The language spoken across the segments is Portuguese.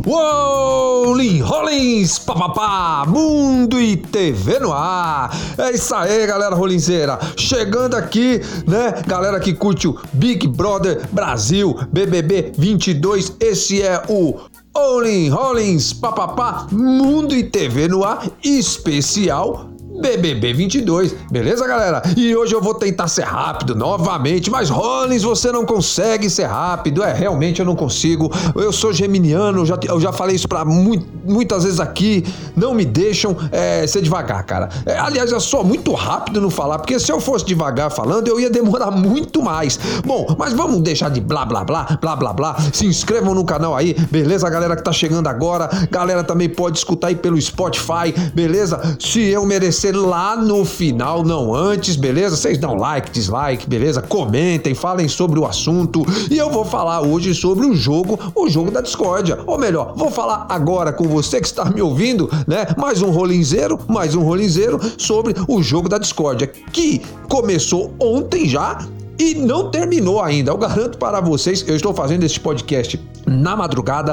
Rolling Rollins, papapá, Mundo e TV no ar. É isso aí, galera rolinzeira. Chegando aqui, né, galera que curte o Big Brother Brasil, BBB 22. Esse é o Rolling Rollins, papapá, Mundo e TV no ar especial BBB 22, beleza, galera? E hoje eu vou tentar ser rápido novamente, mas Rollins, você não consegue ser rápido, realmente eu não consigo. Eu sou geminiano, eu já falei isso pra muitas vezes aqui, não me deixam ser devagar, cara. Aliás, eu sou muito rápido no falar, porque se eu fosse devagar falando, eu ia demorar muito mais. Bom, mas vamos deixar de blá, blá, blá, blá, blá, blá. Se inscrevam no canal aí, beleza, galera que tá chegando agora. Galera também pode escutar aí pelo Spotify, beleza? Se eu merecer lá no final, não antes, beleza? Vocês dão like, dislike, beleza? Comentem, falem sobre o assunto e eu vou falar hoje sobre o jogo da discórdia, ou melhor, vou falar agora com você que está me ouvindo, né? Mais um rolinzeiro sobre o jogo da discórdia, que começou ontem já e não terminou ainda. Eu garanto para vocês, eu estou fazendo esse podcast na madrugada,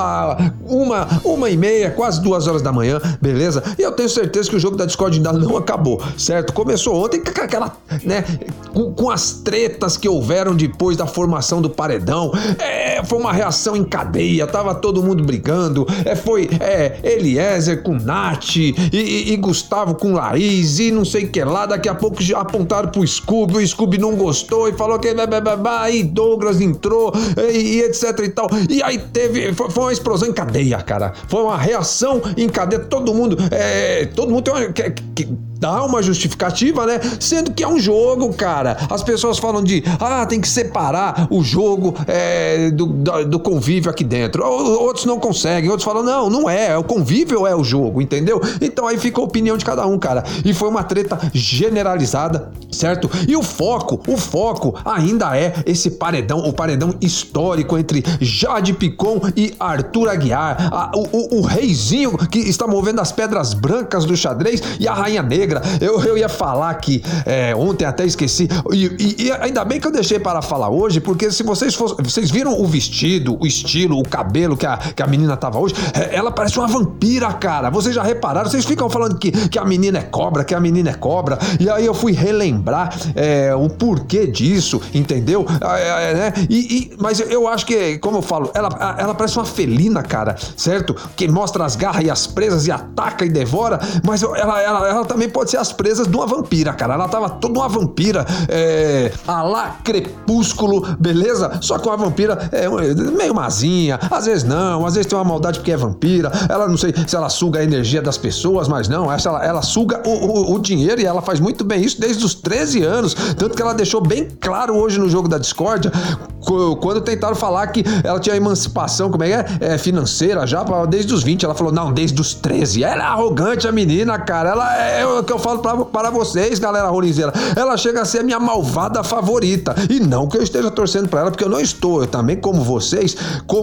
uma e meia, quase 2 horas da manhã, beleza? E eu tenho certeza que o jogo da Discord ainda não acabou, certo? Começou ontem com aquela, né, com as tretas que houveram depois da formação do paredão. Foi uma reação em cadeia, tava todo mundo brigando. Foi Eliezer com Nath e Gustavo com Laís e não sei o que lá. Daqui a pouco já apontaram pro Scooby, o Scooby não gostou e falou que aí Douglas entrou e etc e tal. E aí foi uma explosão em cadeia, cara. Foi uma reação em cadeia. Todo mundo tem uma... dá uma justificativa, né? Sendo que é um jogo, cara. As pessoas falam tem que separar o jogo do convívio aqui dentro. Outros não conseguem, outros falam, não é o convívio, é o jogo, entendeu? Então aí fica a opinião de cada um, cara. E foi uma treta generalizada, certo? E o foco ainda é esse paredão, o paredão histórico entre Jade Picon e Arthur Aguiar, o reizinho que está movendo as pedras brancas do xadrez e a rainha negra. Eu ia falar que ontem até esqueci, e ainda bem que eu deixei para falar hoje, porque se vocês viram o vestido, o estilo, o cabelo que a menina tava hoje, ela parece uma vampira, cara. Vocês já repararam? Vocês ficam falando que a menina é cobra, e aí eu fui relembrar o porquê disso, entendeu? Mas eu acho que, como eu falo, ela parece uma felina, cara, certo? Que mostra as garras e as presas e ataca e devora, mas ela também pode ser as presas de uma vampira, cara. Ela tava toda uma vampira, a lá Crepúsculo, beleza? Só que uma vampira meio mazinha, às vezes não, às vezes tem uma maldade porque é vampira. Ela não sei se ela suga a energia das pessoas, mas não, ela suga o dinheiro, e ela faz muito bem isso desde os 13 anos, tanto que ela deixou bem claro hoje no jogo da discórdia, quando tentaram falar que ela tinha emancipação, financeira já, desde os 20, ela falou, não, desde os 13. Ela é arrogante, a menina, cara. Ela é o que eu falo para vocês, galera rolinzeira. Ela chega a ser a minha malvada favorita. E não que eu esteja torcendo pra ela, porque eu não estou. Eu também, como vocês,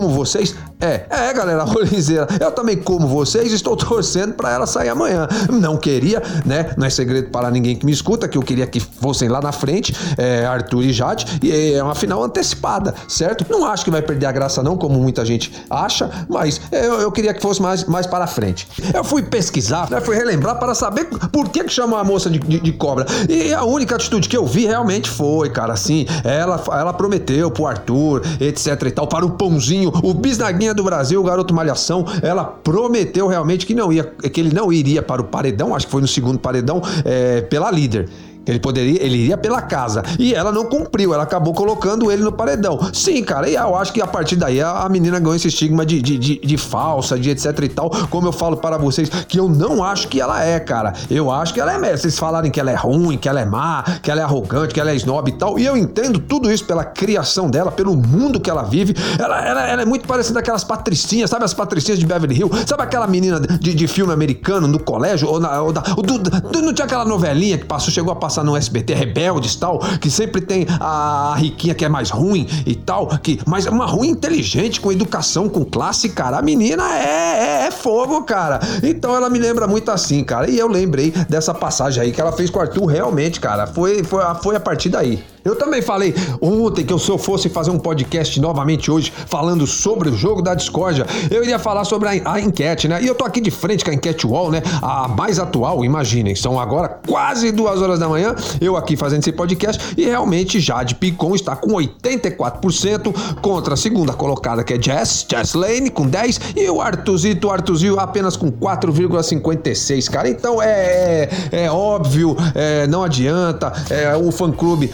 galera rolinzeira, eu também, como vocês, estou torcendo pra ela sair amanhã. Não queria, né? Não é segredo para ninguém que me escuta, que eu queria que fossem lá na frente, Arthur e Jade, e é uma final antecipada, certo? Não acho que vai perder a graça não, como muita gente acha, mas eu queria que fosse mais para frente. Eu fui pesquisar, né? Fui relembrar para saber por que chamam a moça de cobra. E a única atitude que eu vi realmente foi, cara, assim, ela prometeu pro Arthur, etc e tal, para o Pãozinho, o bisnaguinha do Brasil, o garoto malhação, ela prometeu realmente que ele não iria para o paredão, acho que foi no segundo paredão, pela líder. Ele iria pela casa, e ela não cumpriu, ela acabou colocando ele no paredão. Sim, cara, e eu acho que a partir daí a menina ganhou esse estigma de falsa, de etc e tal, como eu falo para vocês, que eu não acho que ela é, cara. Eu acho que ela é, vocês falarem que ela é ruim, que ela é má, que ela é arrogante, que ela é snob e tal, e eu entendo tudo isso pela criação dela, pelo mundo que ela vive. Ela é muito parecida com aquelas patricinhas, sabe as patricinhas de Beverly Hills? Sabe aquela menina de filme americano no colégio, não tinha aquela novelinha que chegou a passar no SBT, Rebeldes e tal, que sempre tem a riquinha que é mais ruim e tal, mas uma ruim inteligente, com educação, com classe, cara. A menina é fogo, cara. Então ela me lembra muito assim, cara. E eu lembrei dessa passagem aí que ela fez com o Arthur, realmente, cara. Foi a partir daí. Eu também falei ontem que se eu fosse fazer um podcast novamente hoje falando sobre o jogo da discórdia, eu iria falar sobre a enquete, né? E eu tô aqui de frente com a enquete UOL, né? A mais atual, imaginem, são agora quase 2 horas da manhã, eu aqui fazendo esse podcast e realmente Jade Picon está com 84% contra a segunda colocada que é Jess Lane com 10 e o Arthurzinho apenas com 4,56, cara. Então é óbvio, não adianta, o fã-clube,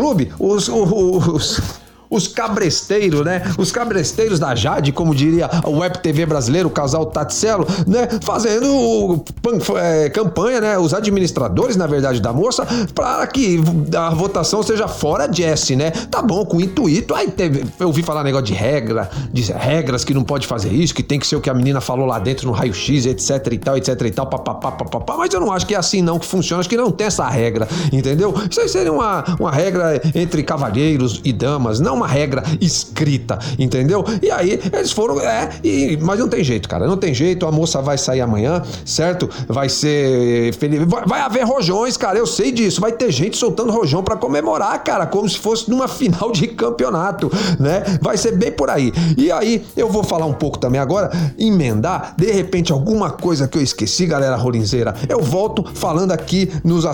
os cabresteiros, né? Os cabresteiros da Jade, como diria o Web TV brasileiro, o casal Tatselo, né? Fazendo campanha, né? Os administradores, na verdade, da moça, para que a votação seja fora Jessie, né? Tá bom, com intuito. Aí eu ouvi falar negócio de regras que não pode fazer isso, que tem que ser o que a menina falou lá dentro no raio-x, etc e tal, papapá. Mas eu não acho que é assim não que funciona, acho que não tem essa regra, entendeu? Isso aí seria uma regra entre cavalheiros e damas, não uma regra escrita, entendeu? E aí eles foram, mas não tem jeito, cara, não tem jeito, a moça vai sair amanhã, certo? Vai ser feliz, vai haver rojões, cara, eu sei disso, vai ter gente soltando rojão pra comemorar, cara, como se fosse numa final de campeonato, né? Vai ser bem por aí. E aí eu vou falar um pouco também agora, de repente alguma coisa que eu esqueci, galera rolinzeira, eu volto falando aqui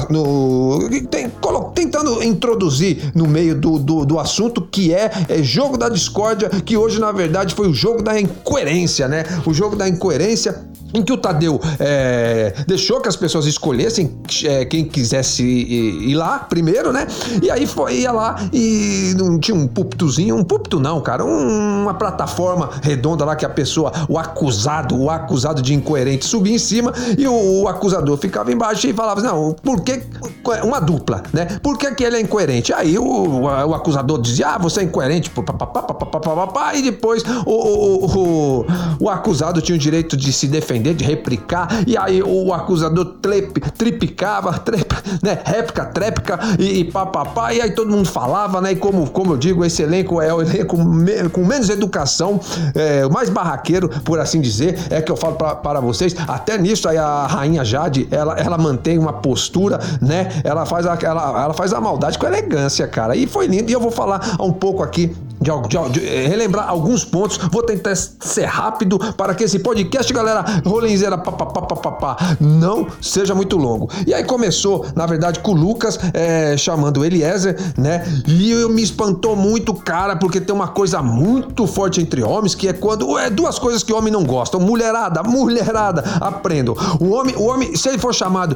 tentando introduzir no meio do assunto que é jogo da discórdia, que hoje na verdade foi o jogo da incoerência, né? O jogo da incoerência em que o Tadeu deixou que as pessoas escolhessem quem quisesse ir lá primeiro, né? E aí ia lá e não tinha um púlpito não, cara, uma plataforma redonda lá que a pessoa, o acusado de incoerente subia em cima e o acusador ficava embaixo e falava, não, por que uma dupla, né? Por que ele é incoerente? Aí o acusador dizia, você é incoerente, e depois o acusado tinha o direito de se defender, de replicar, e aí o acusador triplicava, né, tréplica e papapá, e aí todo mundo falava, né, e como eu digo, esse elenco é o elenco com menos educação, o mais barraqueiro, por assim dizer, que eu falo para vocês, até nisso aí a rainha Jade, ela mantém uma postura, né, ela faz a maldade com elegância, cara, e foi lindo, e eu vou falar um pouco aqui de relembrar alguns pontos, vou tentar ser rápido para que esse podcast, galera, rolenzeira, não seja muito longo. E aí começou, na verdade, com o Lucas chamando o Eliezer, né? E me espantou muito, cara, porque tem uma coisa muito forte entre homens, que é quando duas coisas que o homem não gosta. Mulherada, aprendam. O homem, se ele for chamado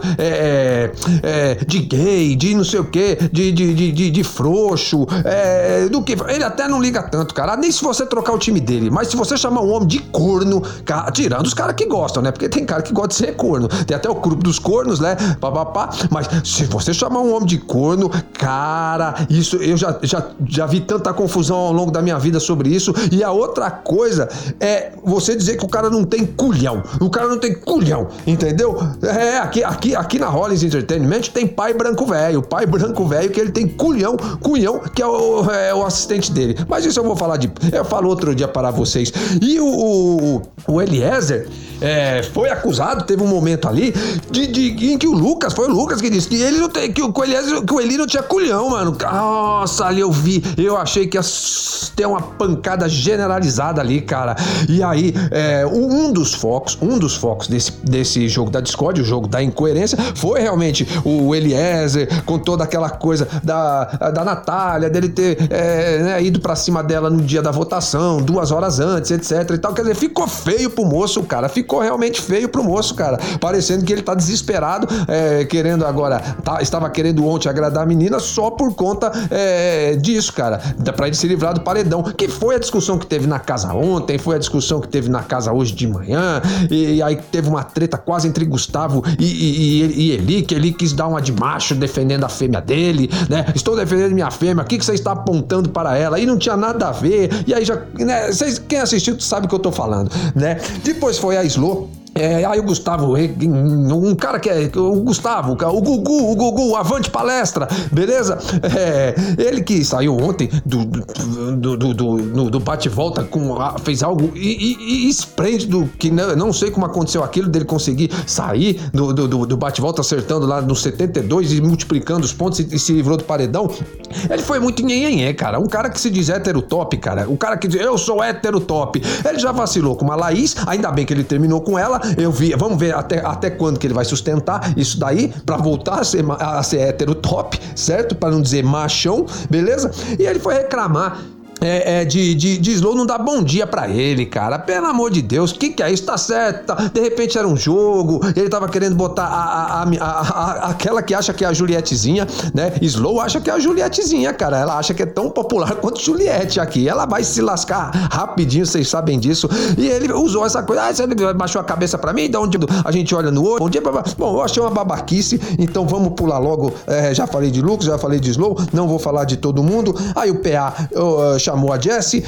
de gay, de não sei o que, de frouxo, do que, ele até não liga tanto, cara, nem se você trocar o time dele, mas se você chamar um homem de corno, cara, tirando os caras que gostam, né, porque tem cara que gosta de ser corno, tem até o clube dos cornos, né, mas se você chamar um homem de corno, cara, isso, eu já vi tanta confusão ao longo da minha vida sobre isso. E a outra coisa é você dizer que o cara não tem culhão, entendeu? Aqui na Rollins Entertainment tem pai branco velho, que ele tem culhão, que é o assistente dele. Mas isso eu falo outro dia para vocês. E o Eliezer foi acusado, teve um momento ali em que foi o Lucas que disse que ele não tem, que o Eli não tinha culhão, mano. Nossa, ali eu achei que ia ter uma pancada generalizada ali, cara. E aí, um dos focos desse jogo da discórdia, o jogo da incoerência, foi realmente o Eliezer, com toda aquela coisa da Natália, dele ter ido pra cima dela no dia da votação, 2 horas antes, etc e tal. Quer dizer, ficou feio pro moço, cara. Ficou realmente feio pro moço, cara. Parecendo que ele tá desesperado, querendo agora, estava querendo ontem agradar a menina só por conta disso, cara. Pra ele se livrar do paredão. Que foi a discussão que teve na casa ontem, foi a discussão que teve na casa hoje de manhã, e aí teve uma treta quase entre Gustavo e Eli, que Eli quis dar uma de macho defendendo a fêmea dele, né? Estou defendendo minha fêmea, o que você está apontando para ela? E não tinha nada a ver, e aí já, né, quem assistiu sabe o que eu tô falando, né? Depois foi a Slo, Aí o Gustavo, um cara que é o Gustavo, o Gugu, avante palestra, beleza? Ele que saiu ontem do bate-volta, fez algo esplêndido, que não sei como aconteceu aquilo, dele conseguir sair do bate-volta acertando lá no 72 e multiplicando os pontos e se livrou do paredão. Ele foi muito nhenhenhé, cara. Um cara que se diz hétero top, cara. O cara que diz, eu sou hétero top. Ele já vacilou com uma Laís, ainda bem que ele terminou com ela. Vamos ver até quando que ele vai sustentar isso daí pra voltar a ser hétero top, certo? Pra não dizer machão, beleza? E ele foi reclamar de Slow não dá bom dia pra ele, cara. Pelo amor de Deus, que é isso? Tá certo, tá. De repente era um jogo, ele tava querendo botar aquela que acha que é a Julietezinha, né? Slow acha que é a Julietezinha, cara. Ela acha que é tão popular quanto Juliette aqui. Ela vai se lascar rapidinho, vocês sabem disso. E ele usou essa coisa, você baixou a cabeça pra mim, da onde a gente olha no olho. Bom, eu achei uma babaquice, então vamos pular logo. Já falei de Lucas, já falei de Slow, não vou falar de todo mundo. Aí o PA chamou a Jessie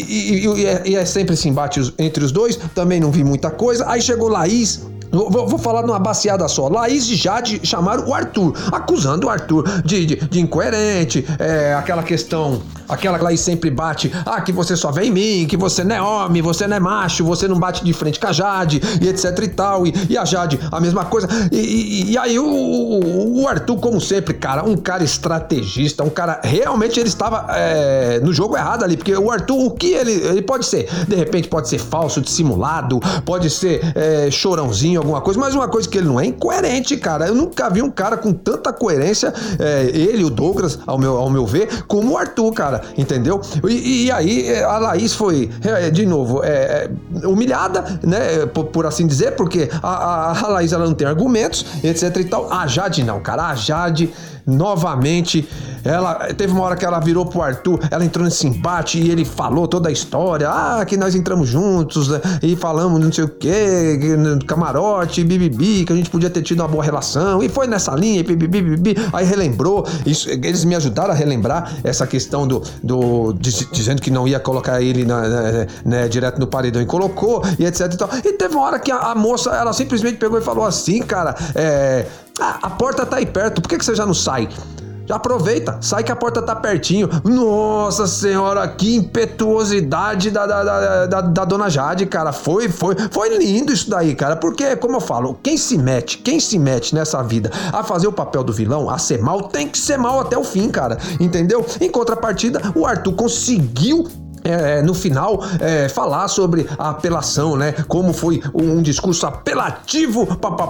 e é sempre esse embate entre os dois, também não vi muita coisa. Aí chegou Laís. Vou falar numa baseada só. Laís e Jade chamaram o Arthur, acusando o Arthur de incoerente, aquela questão, aquela que Laís sempre bate, que você só vê em mim, que você não é homem, você não é macho, você não bate de frente com a Jade, e etc e tal, e a Jade a mesma coisa, e aí o Arthur, como sempre, cara, um cara estrategista, um cara, realmente ele estava no jogo errado ali, porque o Arthur, o que ele pode ser? De repente pode ser falso, dissimulado, pode ser chorãozinho, alguma coisa, mas uma coisa que ele não é incoerente, cara. Eu nunca vi um cara com tanta coerência, ele, o Douglas, ao meu ver, como o Arthur, cara, entendeu? E aí a Laís foi, de novo, humilhada, né, por assim dizer, porque a Laís, ela não tem argumentos, etc e tal. A Jade não, cara, a Jade novamente, ela teve uma hora que ela virou pro Arthur, ela entrou nesse embate e ele falou toda a história, que nós entramos juntos, né, e falamos não sei o que, camarote, bibibi, que a gente podia ter tido uma boa relação, e foi nessa linha, bibibi, aí relembrou, isso, eles me ajudaram a relembrar essa questão dizendo que não ia colocar ele direto no paredão e colocou, e etc e tal, e teve uma hora que a moça, ela simplesmente pegou e falou assim, cara, a porta tá aí perto, por que você já não sai? Já aproveita, sai que a porta tá pertinho. Nossa senhora, que impetuosidade da dona Jade, cara. Foi lindo isso daí, cara. Porque, como eu falo, quem se mete nessa vida a fazer o papel do vilão, a ser mal, tem que ser mal até o fim, cara. Entendeu? Em contrapartida, o Arthur conseguiu no final, falar sobre a apelação, né? Como foi um discurso apelativo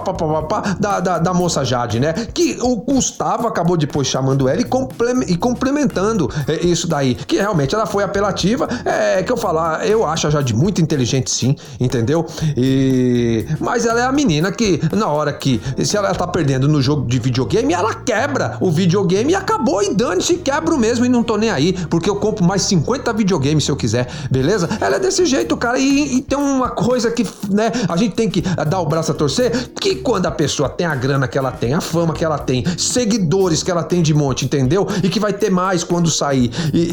da moça Jade, né? Que o Gustavo acabou depois chamando ela e complementando isso daí, que realmente ela foi apelativa, que eu falar, eu acho a Jade muito inteligente, sim, entendeu? Mas ela é a menina que, na hora que, se ela tá perdendo no jogo de videogame, ela quebra o videogame e acabou, e dane-se, quebro mesmo e não tô nem aí, porque eu compro mais 50 videogames se eu quiser, beleza? Ela é desse jeito, cara, e tem uma coisa que, né, a gente tem que dar o braço a torcer, que quando a pessoa tem a grana que ela tem, a fama que ela tem, seguidores que ela tem de monte, entendeu? E que vai ter mais quando sair,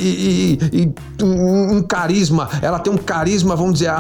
e um carisma, ela tem um carisma, vamos dizer,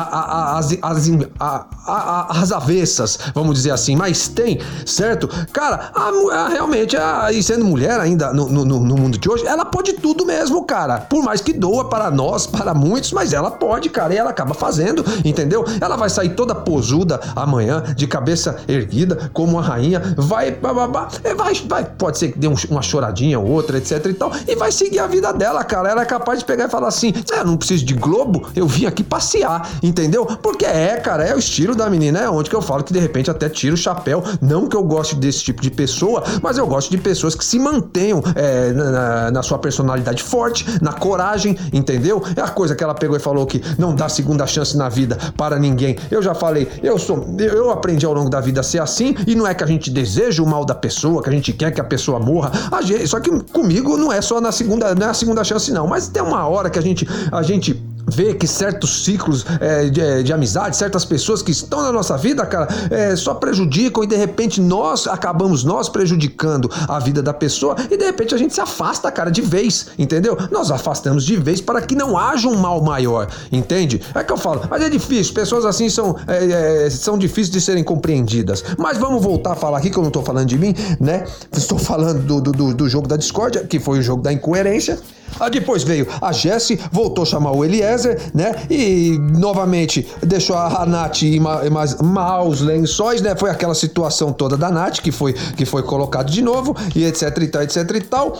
as avessas, vamos dizer assim, mas tem, certo? Cara, realmente, e sendo mulher ainda no mundo de hoje, ela pode tudo mesmo, cara, por mais que doa para nós, para muitos, mas ela pode, cara, e ela acaba fazendo, entendeu? Ela vai sair toda posuda amanhã, de cabeça erguida, como uma rainha, vai, pode ser que dê uma choradinha ou outra, etc e tal, e vai seguir a vida dela, cara. Ela é capaz de pegar e falar assim, eu não preciso de Globo, eu vim aqui passear, entendeu? Porque cara, é o estilo da menina, é onde que eu falo que de repente até tiro o chapéu, não que eu goste desse tipo de pessoa, mas eu gosto de pessoas que se mantenham na sua personalidade forte, na coragem, entendeu? É a coisa que ela pegou e falou que não dá segunda chance na vida para ninguém. Eu já falei, eu aprendi ao longo da vida a ser assim, e não é que a gente deseja o mal da pessoa, que a gente quer que a pessoa morra, só que comigo não é só não é a segunda chance não, mas tem uma hora que a gente ver que certos ciclos de amizade, certas pessoas que estão na nossa vida, cara, só prejudicam e de repente acabamos prejudicando a vida da pessoa e de repente a gente se afasta, cara, de vez, entendeu? Nós afastamos de vez para que não haja um mal maior, entende? É que eu falo, mas é difícil, pessoas assim são difíceis de serem compreendidas. Mas vamos voltar a falar aqui, que eu não tô falando de mim, né? Estou falando do jogo da discórdia, que foi o jogo da incoerência. Depois veio a Jessie, voltou a chamar o Eliezer, né? E novamente deixou a Nath em maus lençóis, né? Foi aquela situação toda da Nath que foi colocado de novo, e etc e tal.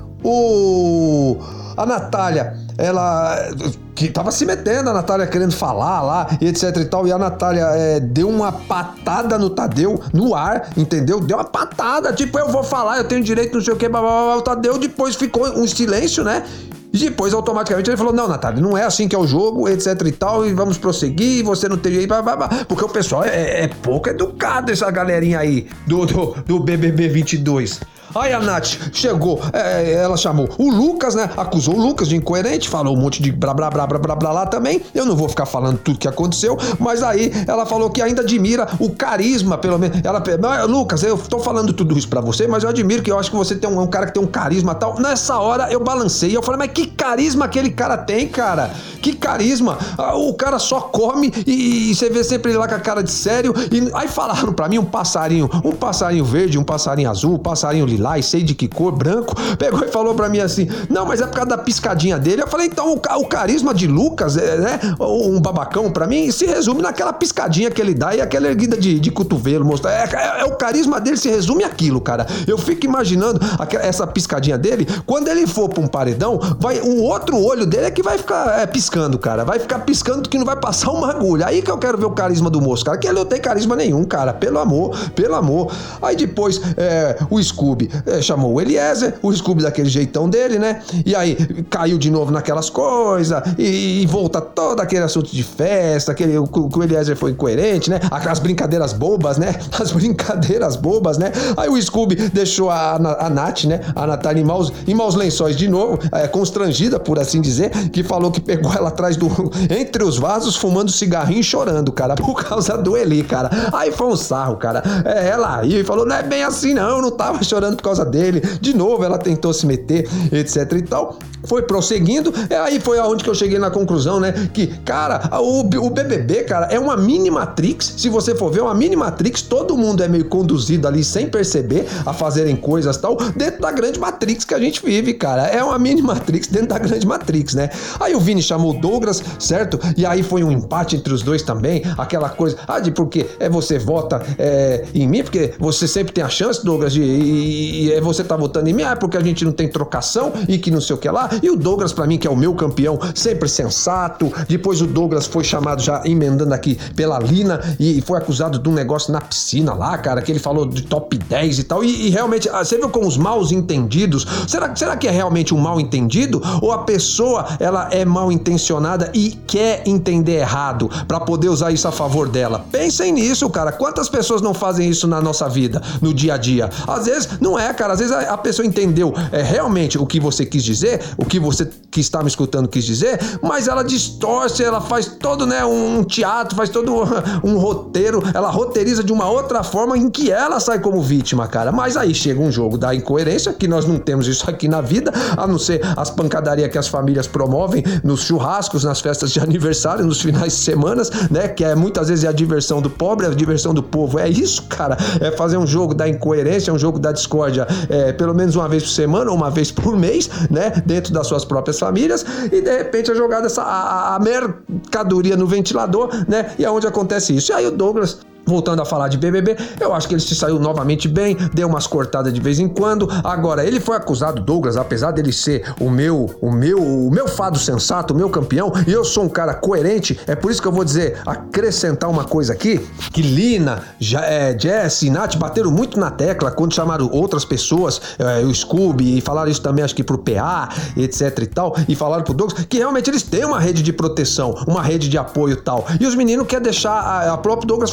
A Natália, ela que tava se metendo, a Natália querendo falar lá, e etc e tal, e a Natália deu uma patada no Tadeu, no ar, entendeu? Deu uma patada, tipo, eu vou falar, eu tenho direito, não sei o que, blá, blá, blá. O Tadeu depois ficou um silêncio, né? E depois, automaticamente, ele falou, não, Natália, não é assim que é o jogo, etc e tal, e vamos prosseguir, você não tem jeito, blá, blá, blá. Porque o pessoal é pouco educado, essa galerinha aí, do BBB 22. Aí a Nath chegou, ela chamou o Lucas, né? Acusou o Lucas de incoerente, falou um monte de blá blá blá blá blá blá lá também. Eu não vou ficar falando tudo que aconteceu, mas aí ela falou que ainda admira o carisma, pelo menos. Lucas, eu tô falando tudo isso pra você, mas eu admiro que eu acho que você tem um cara que tem um carisma e tal. Nessa hora eu balancei, eu falei, mas que carisma aquele cara tem, cara? Que carisma? O cara só come e você vê sempre ele lá com a cara de sério. E aí falaram pra mim um passarinho verde, um passarinho azul, um passarinho lilás, sei de que cor, branco, pegou e falou pra mim assim, não, mas é por causa da piscadinha dele. Eu falei, então o carisma de Lucas, né, um babacão pra mim, se resume naquela piscadinha que ele dá e aquela erguida de cotovelo, moço. O carisma dele se resume àquilo, cara. Eu fico imaginando essa piscadinha dele, quando ele for pra um paredão, o outro olho dele é que vai ficar piscando, cara. Vai ficar piscando que não vai passar uma agulha. Aí que eu quero ver o carisma do moço, cara, que ele não tem carisma nenhum, cara, pelo amor. Aí depois o Scooby chamou o Eliezer, o Scooby daquele jeitão dele, né? E aí caiu de novo naquelas coisas e volta todo aquele assunto de festa, que o Eliezer foi incoerente, né? Aquelas brincadeiras bobas, né? Aí o Scooby deixou a Nath, né? A Natália em maus lençóis de novo, constrangida, por assim dizer, que falou que pegou ela atrás entre os vasos, fumando cigarrinho e chorando, cara, por causa do Eli, cara. Aí foi um sarro, cara. Ela riu e falou, não é bem assim não, eu não tava chorando por causa dele. De novo ela tentou se meter, etc e tal. Foi prosseguindo, aí foi aonde que eu cheguei na conclusão, né, que, cara, o BBB, cara, é uma mini Matrix. Se você for ver, é uma mini Matrix, todo mundo é meio conduzido ali sem perceber a fazerem coisas tal, dentro da grande Matrix que a gente vive, cara. É uma mini Matrix dentro da grande Matrix, né? Aí o Vini chamou o Douglas, certo? E aí foi um empate entre os dois também, aquela coisa, de porque você vota em mim, porque você sempre tem a chance, Douglas, e você tá votando em mim, porque a gente não tem trocação e que não sei o que lá. E o Douglas, pra mim, que é o meu campeão, sempre sensato. Depois o Douglas foi chamado, já emendando aqui, pela Lina e foi acusado de um negócio na piscina lá, cara, que ele falou de top 10 e tal. E realmente, você viu como os maus entendidos, será que é realmente um mal entendido? Ou a pessoa, ela é mal intencionada e quer entender errado pra poder usar isso a favor dela? Pensem nisso, cara. Quantas pessoas não fazem isso na nossa vida, no dia a dia? Às vezes, não é, cara. Às vezes a pessoa entendeu realmente o que você quis dizer, o que você que está me escutando quis dizer, mas ela distorce, ela faz todo, né, um teatro, faz todo um roteiro, ela roteiriza de uma outra forma em que ela sai como vítima, cara. Mas aí chega um jogo da incoerência, que nós não temos isso aqui na vida, a não ser as pancadarias que as famílias promovem nos churrascos, nas festas de aniversário, nos finais de semanas, né, que muitas vezes é a diversão do pobre, a diversão do povo. É isso, cara, é fazer um jogo da incoerência, um jogo da discórdia, pelo menos uma vez por semana ou uma vez por mês, né, dentro das suas próprias famílias, e de repente é jogada a mercadoria no ventilador, né, e é onde acontece isso. E aí o Douglas, voltando a falar de BBB, eu acho que ele se saiu novamente bem, deu umas cortadas de vez em quando. Agora, ele foi acusado, Douglas, apesar dele ser o meu fado sensato, o meu campeão, e eu sou um cara coerente, é por isso que eu vou dizer, acrescentar uma coisa aqui, que Lina, Jessie e Nath bateram muito na tecla quando chamaram outras pessoas, o Scooby, e falaram isso também, acho que pro PA, etc e tal, e falaram pro Douglas, que realmente eles têm uma rede de proteção, uma rede de apoio e tal, e os meninos querem deixar, a própria Douglas falou que não,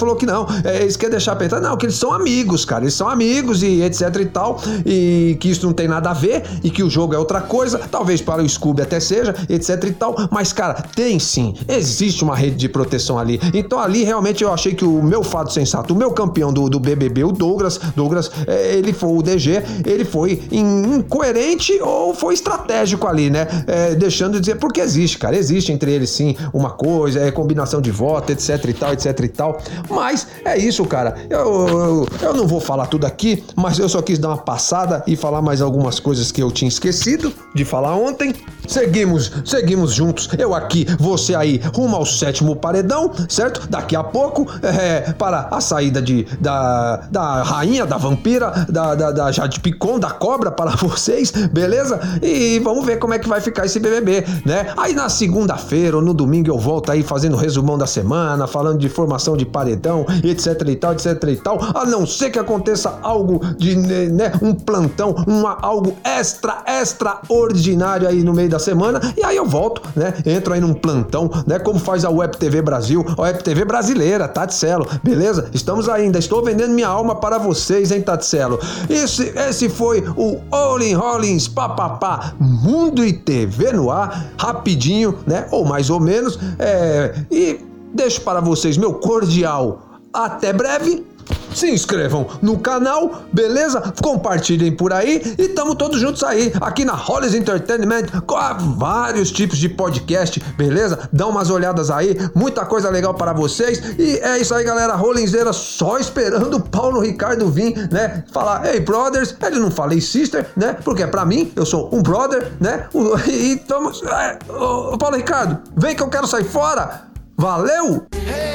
não, eles querem deixar pensar, não, que eles são amigos, cara, eles são amigos e etc e tal, e que isso não tem nada a ver, e que o jogo é outra coisa, talvez para o Scooby até seja, etc e tal, mas, cara, tem sim, existe uma rede de proteção ali. Então ali realmente eu achei que o meu fato sensato, o meu campeão do BBB, o Douglas, ele foi o DG, ele foi incoerente ou foi estratégico ali, né? Deixando de dizer, porque existe, cara, existe entre eles sim uma coisa, combinação de voto, etc e tal, mas é isso, cara, eu não vou falar tudo aqui, mas eu só quis dar uma passada e falar mais algumas coisas que eu tinha esquecido de falar ontem. Seguimos juntos, eu aqui, você aí, rumo ao 7º paredão, certo? Daqui a pouco, para a saída da rainha, da vampira, da Jade Picon, da cobra para vocês, beleza? E vamos ver como é que vai ficar esse BBB, né? Aí na segunda-feira ou no domingo eu volto aí fazendo o resumão da semana, falando de formação de paredão, etc e tal, a não ser que aconteça algo de, né, um plantão, algo extraordinário aí no meio da semana, e aí eu volto, né? Entro aí num plantão, né? Como faz a Web TV Brasil, a Web TV brasileira, Taticelo, beleza? Estamos ainda, estou vendendo minha alma para vocês, hein, Taticelo? Esse foi o Olin Rollins Papapá Mundo e TV no ar, rapidinho, né? Ou mais ou menos, e deixo para vocês meu cordial até breve. Se inscrevam no canal, beleza? Compartilhem por aí e tamo todos juntos aí, aqui na Rollins Entertainment, com vários tipos de podcast, beleza? Dá umas olhadas aí, muita coisa legal para vocês. E é isso aí, galera, Rollinzeira, só esperando o Paulo Ricardo vir, né? Falar, hey brothers, ele não fala hey sister, né? Porque pra mim, eu sou um brother, né? E vamos, Paulo Ricardo, vem que eu quero sair fora. Valeu!